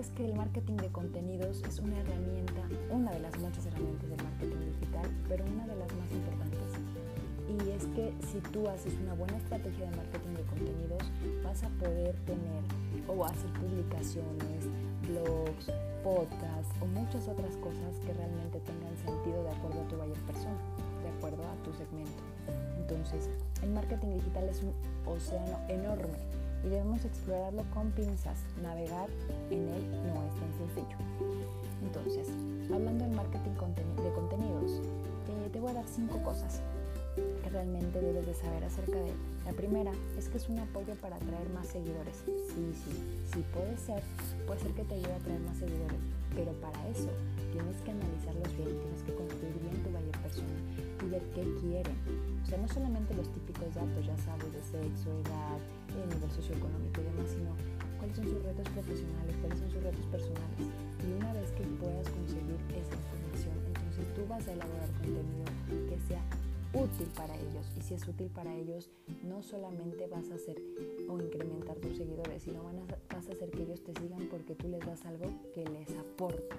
sabes que el marketing de contenidos es una herramienta, una de las muchas herramientas del marketing digital, pero una de las más importantes. Y es que si tú haces una buena estrategia de marketing de contenidos, vas a poder tener o hacer publicaciones, blogs, podcasts o muchas otras cosas que realmente tengan sentido de acuerdo a tu buyer persona, de acuerdo a tu segmento. Entonces, el marketing digital es un océano enorme y debemos explorarlo con pinzas. Navegar en él no es tan sencillo. Entonces, hablando del marketing de contenidos, te voy a dar 5 cosas que realmente debes de saber acerca de él. La primera es que es un apoyo para atraer más seguidores. Sí, puede ser que te ayude a atraer más seguidores, pero para eso tienes que analizarlos bien, tienes que construir bien tu buyer persona y ver qué quieren. O sea, no solamente los típicos datos, ya sabes, de sexo, edad, nivel socioeconómico y demás, sino cuáles son sus retos profesionales, cuáles son sus retos personales. Y una vez que puedas conseguir esa información, entonces tú vas a elaborar contenido que sea útil para ellos. Y si es útil para ellos, no solamente vas a hacer o incrementar tus seguidores, sino vas a hacer que ellos te sigan porque tú les das algo que les aporta.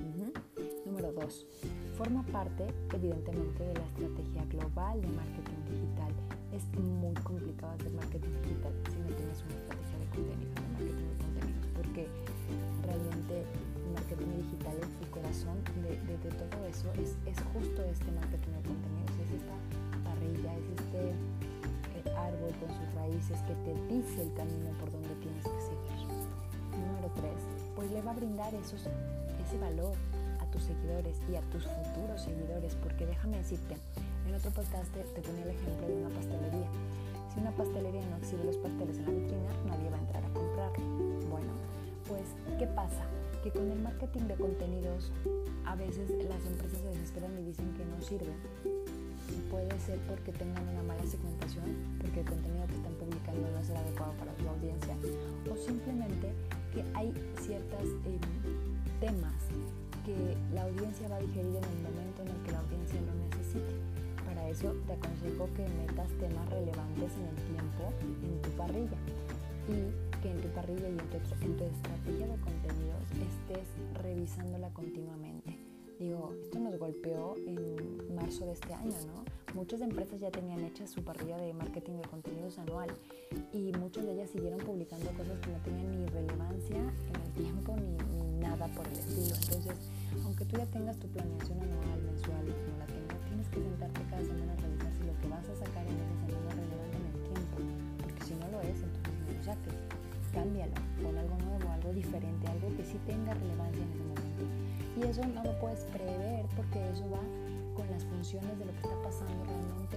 Número 2. Forma parte, evidentemente, de la estrategia global de marketing digital. Es muy complicado hacer marketing digital si no tienes una estrategia de contenido, de marketing de contenidos, porque realmente el marketing digital, el corazón de todo eso es justo este marketing de contenidos, es esta parrilla, es este árbol con sus raíces que te dice el camino por donde tienes que seguir. Número 3, pues le va a brindar ese valor a tus seguidores y a tus futuros seguidores, porque déjame decirte, en otro podcast te ponía el ejemplo de una pastelería. Si una pastelería no exhibe los pasteles en la vitrina, nadie va a entrar a comprarlo. Bueno, pues, ¿qué pasa? Que con el marketing de contenidos, a veces las empresas se desesperan y dicen que no sirven. Puede ser porque tengan una mala segmentación, porque el contenido que están publicando no es el adecuado para su audiencia, o simplemente que hay ciertos temas que la audiencia va a digerir en el momento en el que la audiencia lo necesite. Para eso te aconsejo que metas temas relevantes en el tiempo en tu parrilla y que en tu parrilla y en tu estrategia de contenidos estés revisándola continuamente. Esto nos golpeó en marzo de este año, ¿no? Muchas empresas ya tenían hecha su parrilla de marketing de contenidos anual y muchas de ellas siguieron publicando cosas que no tenían ni relevancia en el tiempo ni nada por el estilo. Entonces, aunque tú ya tengas tu planeación anual, mensual, como la tengas, tienes que sentarte cada semana a revisar si lo que vas a sacar en esa semana es relevante en el tiempo, porque si no lo es, entonces no lo saques, cámbialo, pon algo nuevo, algo diferente, algo que sí tenga relevancia en ese momento. Y eso no lo puedes prever porque eso va con las funciones de lo que está pasando realmente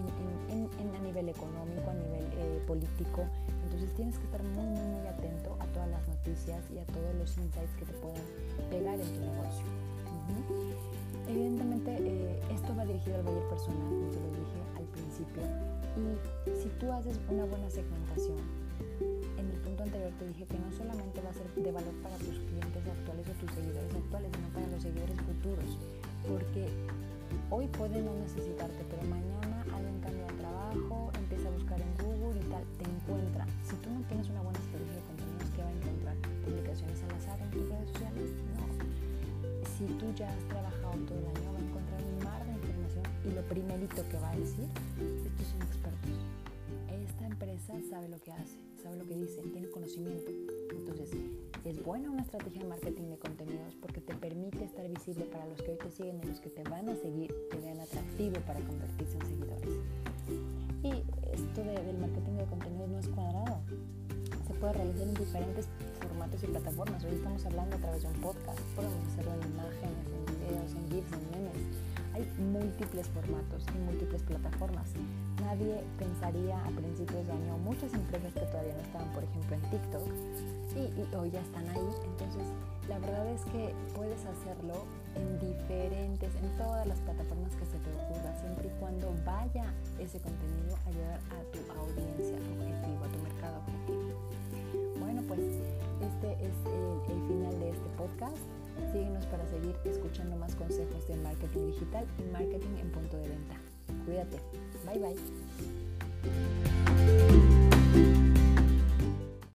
a nivel económico, a nivel político. Entonces tienes que estar muy, muy, muy atento a todas las noticias y a todos los insights que te puedan pegar en tu negocio. Evidentemente esto va dirigido al buyer personal, como te lo dije al principio, y si tú haces una buena segmentación, en el punto anterior te dije que no solamente va a ser de valor para tus clientes actuales o tus seguidores actuales, sino para los seguidores futuros, porque hoy pueden no necesitarte, pero mañana alguien cambia de trabajo, empieza a buscar en Google y tal, te encuentra. Si tú no tienes una buena estrategia de contenidos, ¿qué va a encontrar? ¿Publicaciones al azar en tus redes sociales? No. Si tú ya has trabajado todo el año, va a encontrar un mar de información y lo primerito que va a decir, estos son expertos. Esta empresa sabe lo que hace, sabe lo que dice, tiene conocimiento. Entonces, es buena una estrategia de marketing de contenidos porque te permite estar visible para los que hoy te siguen y los que te van a seguir, te vean atractivo para convertirse en seguidores. Y esto del marketing de contenidos no es cuadrado. Se puede realizar en diferentes formatos y plataformas. Hoy estamos hablando a través de un podcast, podemos hacerlo en imágenes, en videos, en GIFs, en memes. Hay múltiples formatos y múltiples plataformas. Nadie pensaría a principios de año, muchas empresas que todavía no estaban, por ejemplo, en TikTok, y hoy ya están ahí. Entonces, la verdad es que puedes hacerlo en todas las plataformas que se te ocurra, siempre y cuando vaya ese contenido a llegar a tu audiencia objetivo, a tu mercado objetivo. Bueno, pues este es el final de este podcast. Síguenos para seguir escuchando más consejos de marketing digital y marketing en punto de venta. Cuídate. Bye bye.